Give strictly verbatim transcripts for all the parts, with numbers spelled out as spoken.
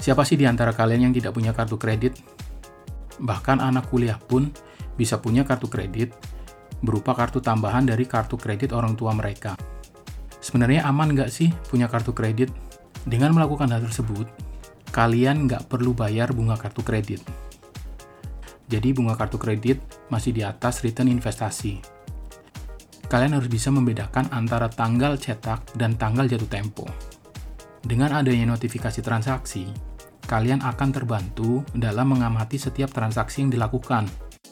Siapa sih di antara kalian yang tidak punya kartu kredit? Bahkan anak kuliah pun bisa punya kartu kredit berupa kartu tambahan dari kartu kredit orang tua mereka. Sebenarnya aman nggak sih punya kartu kredit? Dengan melakukan hal tersebut, kalian nggak perlu bayar bunga kartu kredit. Jadi bunga kartu kredit masih di atas return investasi. Kalian harus bisa membedakan antara tanggal cetak dan tanggal jatuh tempo. Dengan adanya notifikasi transaksi, kalian akan terbantu dalam mengamati setiap transaksi yang dilakukan.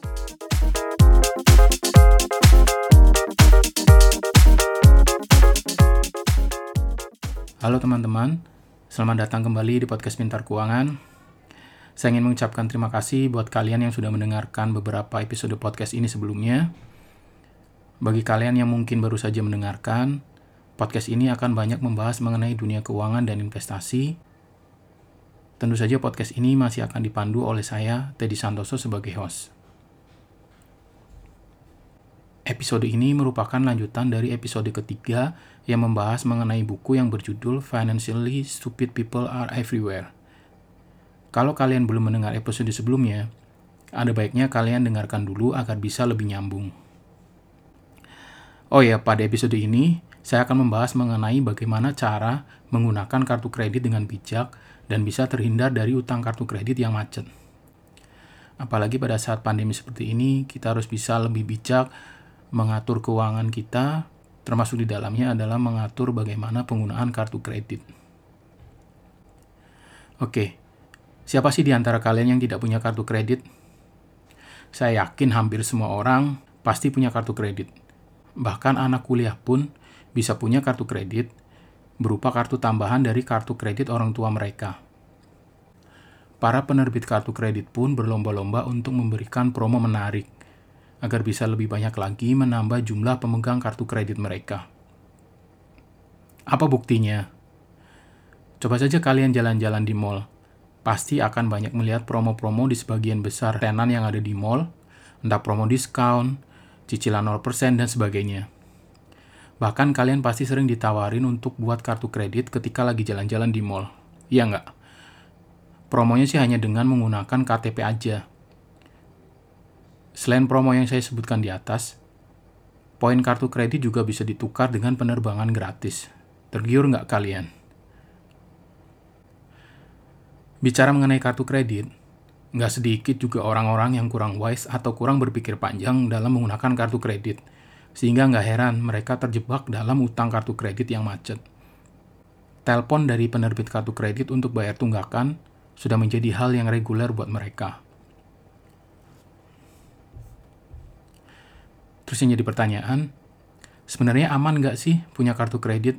Halo teman-teman, selamat datang kembali di podcast Pintar Keuangan. Saya ingin mengucapkan terima kasih buat kalian yang sudah mendengarkan beberapa episode podcast ini sebelumnya. Bagi kalian yang mungkin baru saja mendengarkan, podcast ini akan banyak membahas mengenai dunia keuangan dan investasi. Tentu saja podcast ini masih akan dipandu oleh saya, Teddy Santoso, sebagai host. Episode ini merupakan lanjutan dari episode ketiga yang membahas mengenai buku yang berjudul Financially Stupid People Are Everywhere. Kalau kalian belum mendengar episode sebelumnya, ada baiknya kalian dengarkan dulu agar bisa lebih nyambung. Oh ya, pada episode ini, saya akan membahas mengenai bagaimana cara menggunakan kartu kredit dengan bijak dan bisa terhindar dari utang kartu kredit yang macet. Apalagi pada saat pandemi seperti ini, kita harus bisa lebih bijak mengatur keuangan kita, termasuk di dalamnya adalah mengatur bagaimana penggunaan kartu kredit. Oke, siapa sih di antara kalian yang tidak punya kartu kredit? Saya yakin hampir semua orang pasti punya kartu kredit. Bahkan anak kuliah pun bisa punya kartu kredit berupa kartu tambahan dari kartu kredit orang tua mereka. Para penerbit kartu kredit pun berlomba-lomba untuk memberikan promo menarik, agar bisa lebih banyak lagi menambah jumlah pemegang kartu kredit mereka. Apa buktinya? Coba saja kalian jalan-jalan di mall. Pasti akan banyak melihat promo-promo di sebagian besar tenan yang ada di mall, entah promo diskon, cicilan nol persen, dan sebagainya. Bahkan kalian pasti sering ditawarin untuk buat kartu kredit ketika lagi jalan-jalan di mall. Iya nggak? Promonya sih hanya dengan menggunakan K T P aja. Selain promo yang saya sebutkan di atas, poin kartu kredit juga bisa ditukar dengan penerbangan gratis. Tergiur nggak kalian? Bicara mengenai kartu kredit, nggak sedikit juga orang-orang yang kurang wise atau kurang berpikir panjang dalam menggunakan kartu kredit, sehingga nggak heran mereka terjebak dalam utang kartu kredit yang macet. Telepon dari penerbit kartu kredit untuk bayar tunggakan sudah menjadi hal yang reguler buat mereka. Terus yang jadi pertanyaan, sebenarnya aman nggak sih punya kartu kredit?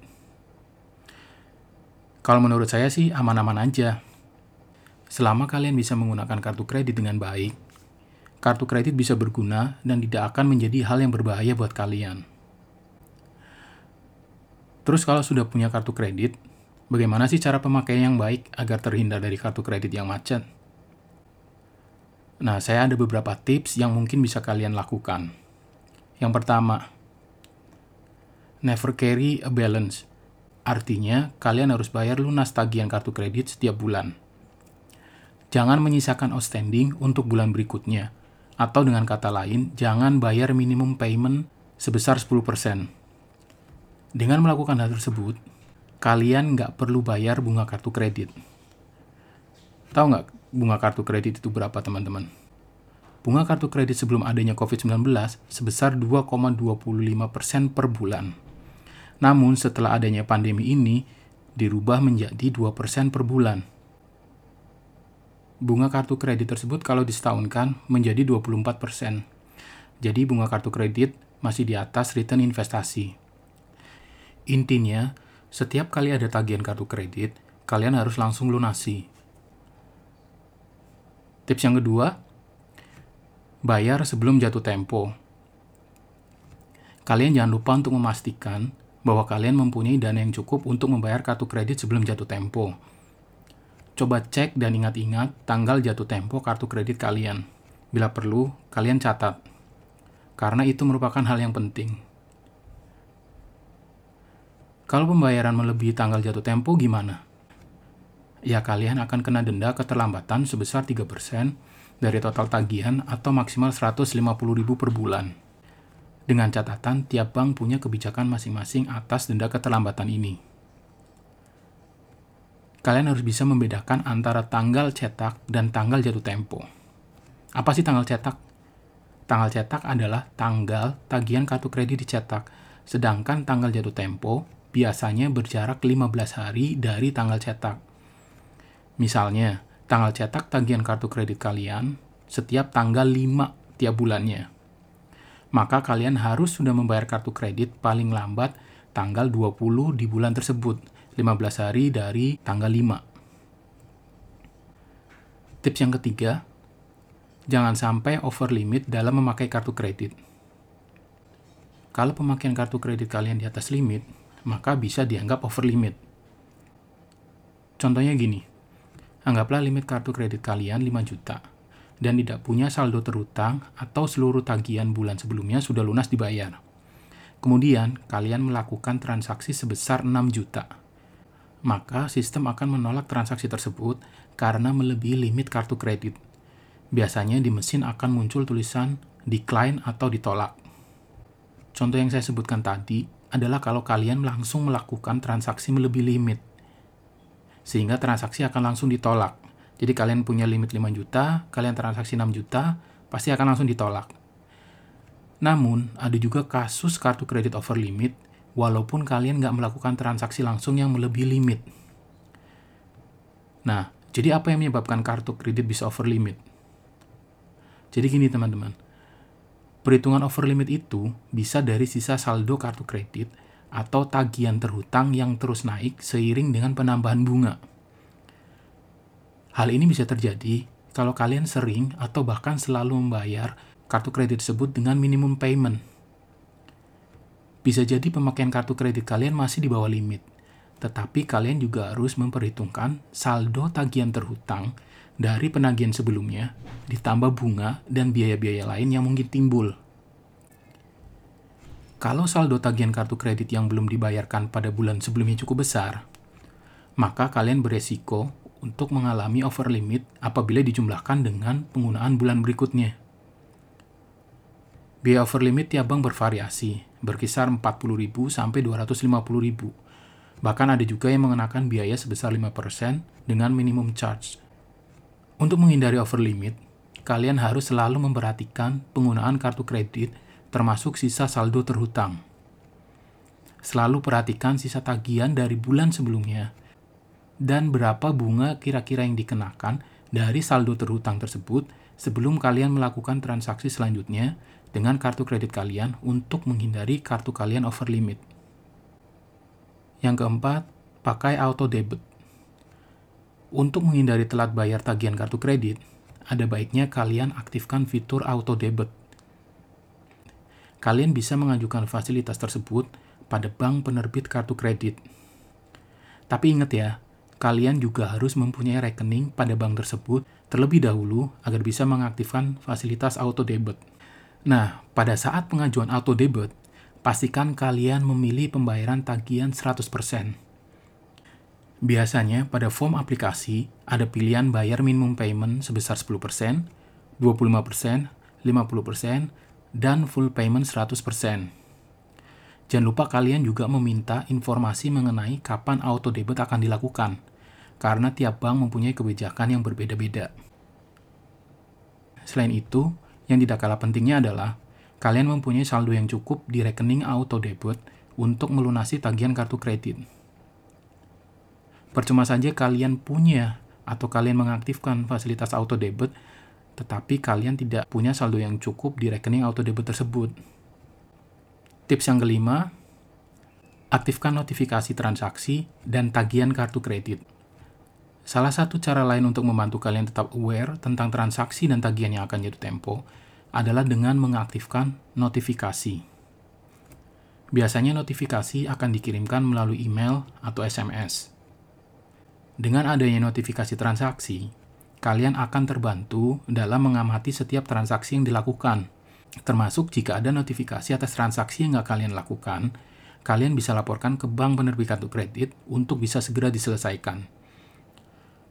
Kalau menurut saya sih aman-aman aja. Selama kalian bisa menggunakan kartu kredit dengan baik, kartu kredit bisa berguna dan tidak akan menjadi hal yang berbahaya buat kalian. Terus kalau sudah punya kartu kredit, bagaimana sih cara pemakaian yang baik agar terhindar dari kartu kredit yang macet? Nah, saya ada beberapa tips yang mungkin bisa kalian lakukan. Yang pertama, never carry a balance. Artinya, kalian harus bayar lunas tagihan kartu kredit setiap bulan. Jangan menyisakan outstanding untuk bulan berikutnya. Atau dengan kata lain, jangan bayar minimum payment sebesar sepuluh persen. Dengan melakukan hal tersebut, kalian nggak perlu bayar bunga kartu kredit. Tahu nggak bunga kartu kredit itu berapa, teman-teman? Bunga kartu kredit sebelum adanya covid sembilan belas sebesar dua koma dua lima persen per bulan. Namun setelah adanya pandemi ini, dirubah menjadi dua persen per bulan. Bunga kartu kredit tersebut kalau disetahunkan menjadi dua puluh empat persen. Jadi bunga kartu kredit masih di atas return investasi. Intinya, setiap kali ada tagihan kartu kredit, kalian harus langsung lunasi. Tips yang kedua, bayar sebelum jatuh tempo. Kalian jangan lupa untuk memastikan bahwa kalian mempunyai dana yang cukup untuk membayar kartu kredit sebelum jatuh tempo. Coba cek dan ingat-ingat tanggal jatuh tempo kartu kredit kalian. Bila perlu, kalian catat. Karena itu merupakan hal yang penting. Kalau pembayaran melebihi tanggal jatuh tempo, gimana? ya kalian akan kena denda keterlambatan sebesar tiga persen dari total tagihan atau maksimal seratus lima puluh ribu per bulan. Dengan catatan, tiap bank punya kebijakan masing-masing atas denda keterlambatan ini. Kalian harus bisa membedakan antara tanggal cetak dan tanggal jatuh tempo. Apa sih tanggal cetak? Tanggal cetak adalah tanggal tagihan kartu kredit dicetak, sedangkan tanggal jatuh tempo biasanya berjarak lima belas hari dari tanggal cetak. Misalnya, tanggal cetak tagihan kartu kredit kalian setiap tanggal lima tiap bulannya. Maka kalian harus sudah membayar kartu kredit paling lambat tanggal dua puluh di bulan tersebut, lima belas hari dari tanggal lima. Tips yang ketiga, jangan sampai over limit dalam memakai kartu kredit. Kalau pemakaian kartu kredit kalian di atas limit, maka bisa dianggap over limit. Contohnya gini, anggaplah limit kartu kredit kalian lima juta dan tidak punya saldo terhutang atau seluruh tagihan bulan sebelumnya sudah lunas dibayar. Kemudian, kalian melakukan transaksi sebesar enam juta. Maka sistem akan menolak transaksi tersebut karena melebihi limit kartu kredit. Biasanya di mesin akan muncul tulisan decline atau ditolak. Contoh yang saya sebutkan tadi adalah kalau kalian langsung melakukan transaksi melebihi limit, sehingga transaksi akan langsung ditolak. Jadi kalian punya limit lima juta, kalian transaksi enam juta, pasti akan langsung ditolak. Namun, ada juga kasus kartu kredit over limit, walaupun kalian nggak melakukan transaksi langsung yang melebihi limit. Nah, jadi apa yang menyebabkan kartu kredit bisa over limit? Jadi gini teman-teman, perhitungan over limit itu bisa dari sisa saldo kartu kredit atau tagihan terhutang yang terus naik seiring dengan penambahan bunga. Hal ini bisa terjadi kalau kalian sering atau bahkan selalu membayar kartu kredit tersebut dengan minimum payment. Bisa jadi pemakaian kartu kredit kalian masih di bawah limit, tetapi kalian juga harus memperhitungkan saldo tagihan terhutang dari penagihan sebelumnya, ditambah bunga dan biaya-biaya lain yang mungkin timbul. Kalau saldo tagihan kartu kredit yang belum dibayarkan pada bulan sebelumnya cukup besar, maka kalian beresiko untuk mengalami over limit apabila dijumlahkan dengan penggunaan bulan berikutnya. Biaya over limit tiap bank bervariasi, berkisar empat puluh ribu sampai dua ratus lima puluh ribu. Bahkan ada juga yang mengenakan biaya sebesar lima persen dengan minimum charge. Untuk menghindari over limit, kalian harus selalu memperhatikan penggunaan kartu kredit termasuk sisa saldo terhutang. Selalu perhatikan sisa tagihan dari bulan sebelumnya dan berapa bunga kira-kira yang dikenakan dari saldo terhutang tersebut sebelum kalian melakukan transaksi selanjutnya dengan kartu kredit kalian untuk menghindari kartu kalian over limit. Yang keempat, pakai auto debit. Untuk menghindari telat bayar tagihan kartu kredit, ada baiknya kalian aktifkan fitur auto debit. Kalian bisa mengajukan fasilitas tersebut pada bank penerbit kartu kredit. Tapi ingat ya, kalian juga harus mempunyai rekening pada bank tersebut terlebih dahulu agar bisa mengaktifkan fasilitas auto debit. Nah, pada saat pengajuan auto debit, pastikan kalian memilih pembayaran tagihan seratus persen. Biasanya, pada form aplikasi, ada pilihan bayar minimum payment sebesar sepuluh persen, dua puluh lima persen, lima puluh persen, dan full payment seratus persen. Jangan lupa kalian juga meminta informasi mengenai kapan auto debit akan dilakukan, karena tiap bank mempunyai kebijakan yang berbeda-beda. Selain itu, yang tidak kalah pentingnya adalah kalian mempunyai saldo yang cukup di rekening auto debit untuk melunasi tagihan kartu kredit. Percuma saja kalian punya atau kalian mengaktifkan fasilitas auto debit, tetapi kalian tidak punya saldo yang cukup di rekening auto debit tersebut. Tips yang kelima, aktifkan notifikasi transaksi dan tagihan kartu kredit. Salah satu cara lain untuk membantu kalian tetap aware tentang transaksi dan tagihan yang akan jatuh tempo adalah dengan mengaktifkan notifikasi. Biasanya notifikasi akan dikirimkan melalui email atau S M S. Dengan adanya notifikasi transaksi, kalian akan terbantu dalam mengamati setiap transaksi yang dilakukan. Termasuk jika ada notifikasi atas transaksi yang nggak kalian lakukan, kalian bisa laporkan ke bank penerbit kartu kredit untuk bisa segera diselesaikan.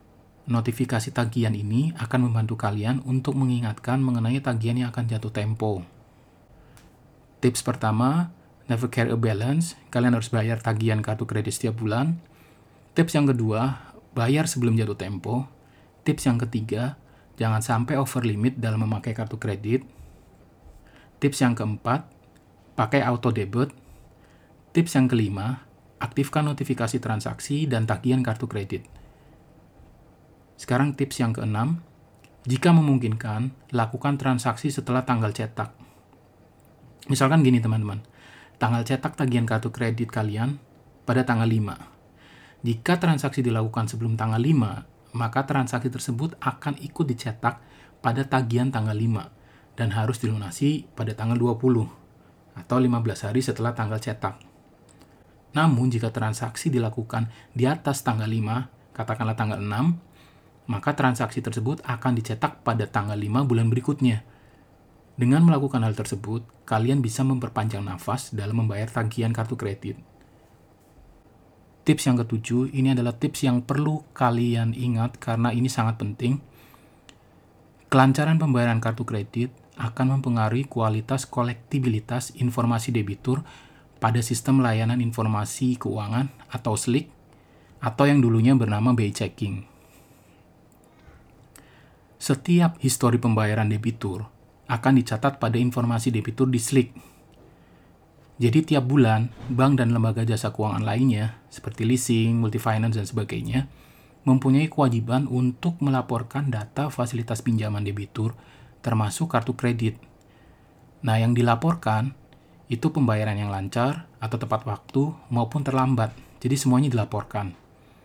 Notifikasi tagihan ini akan membantu kalian untuk mengingatkan mengenai tagihan yang akan jatuh tempo. Tips pertama, never carry a balance. Kalian harus bayar tagihan kartu kredit setiap bulan. Tips yang kedua, bayar sebelum jatuh tempo. Tips yang ketiga, jangan sampai over limit dalam memakai kartu kredit. Tips yang keempat, pakai auto debit. Tips yang kelima, aktifkan notifikasi transaksi dan tagihan kartu kredit. Sekarang tips yang keenam, jika memungkinkan, lakukan transaksi setelah tanggal cetak. Misalkan gini teman-teman, tanggal cetak tagihan kartu kredit kalian pada tanggal lima. Jika transaksi dilakukan sebelum tanggal lima, maka transaksi tersebut akan ikut dicetak pada tagihan tanggal lima dan harus dilunasi pada tanggal dua puluh atau lima belas hari setelah tanggal cetak. Namun jika transaksi dilakukan di atas tanggal lima, katakanlah tanggal enam, maka transaksi tersebut akan dicetak pada tanggal lima bulan berikutnya. Dengan melakukan hal tersebut, kalian bisa memperpanjang nafas dalam membayar tagihan kartu kredit. Tips yang ketujuh, ini adalah tips yang perlu kalian ingat karena ini sangat penting. Kelancaran pembayaran kartu kredit akan mempengaruhi kualitas kolektibilitas informasi debitur pada sistem layanan informasi keuangan atau S L I K atau yang dulunya bernama B I Checking. Setiap histori pembayaran debitur akan dicatat pada informasi debitur di S L I K. Jadi tiap bulan, bank dan lembaga jasa keuangan lainnya, seperti leasing, multifinance, dan sebagainya, mempunyai kewajiban untuk melaporkan data fasilitas pinjaman debitur, termasuk kartu kredit. Nah, yang dilaporkan, itu pembayaran yang lancar, atau tepat waktu, maupun terlambat. Jadi semuanya dilaporkan.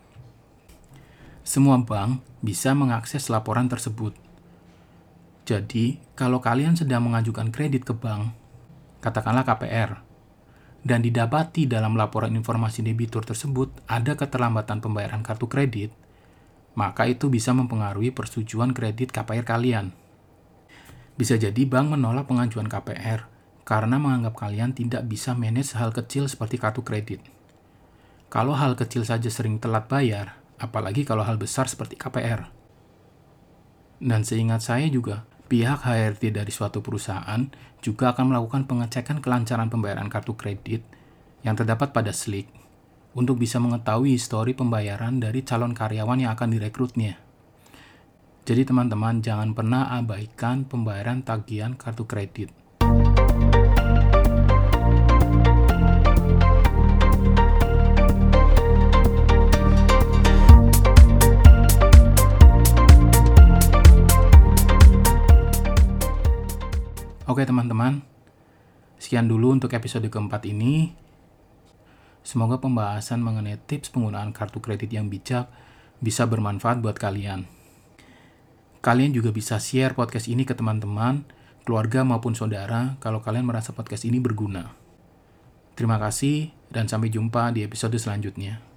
Semua bank bisa mengakses laporan tersebut. Jadi, kalau kalian sedang mengajukan kredit ke bank, katakanlah K P R, dan didapati dalam laporan informasi debitur tersebut ada keterlambatan pembayaran kartu kredit, maka itu bisa mempengaruhi persetujuan kredit K P R kalian. Bisa jadi bank menolak pengajuan K P R karena menganggap kalian tidak bisa manage hal kecil seperti kartu kredit. Kalau hal kecil saja sering telat bayar, apalagi kalau hal besar seperti K P R. Dan seingat saya juga, pihak H R D dari suatu perusahaan juga akan melakukan pengecekan kelancaran pembayaran kartu kredit yang terdapat pada S L I K untuk bisa mengetahui histori pembayaran dari calon karyawan yang akan direkrutnya. Jadi teman-teman, jangan pernah abaikan pembayaran tagihan kartu kredit. Oke teman-teman, sekian dulu untuk episode keempat ini. Semoga pembahasan mengenai tips penggunaan kartu kredit yang bijak bisa bermanfaat buat kalian. Kalian juga bisa share podcast ini ke teman-teman, keluarga maupun saudara kalau kalian merasa podcast ini berguna. Terima kasih dan sampai jumpa di episode selanjutnya.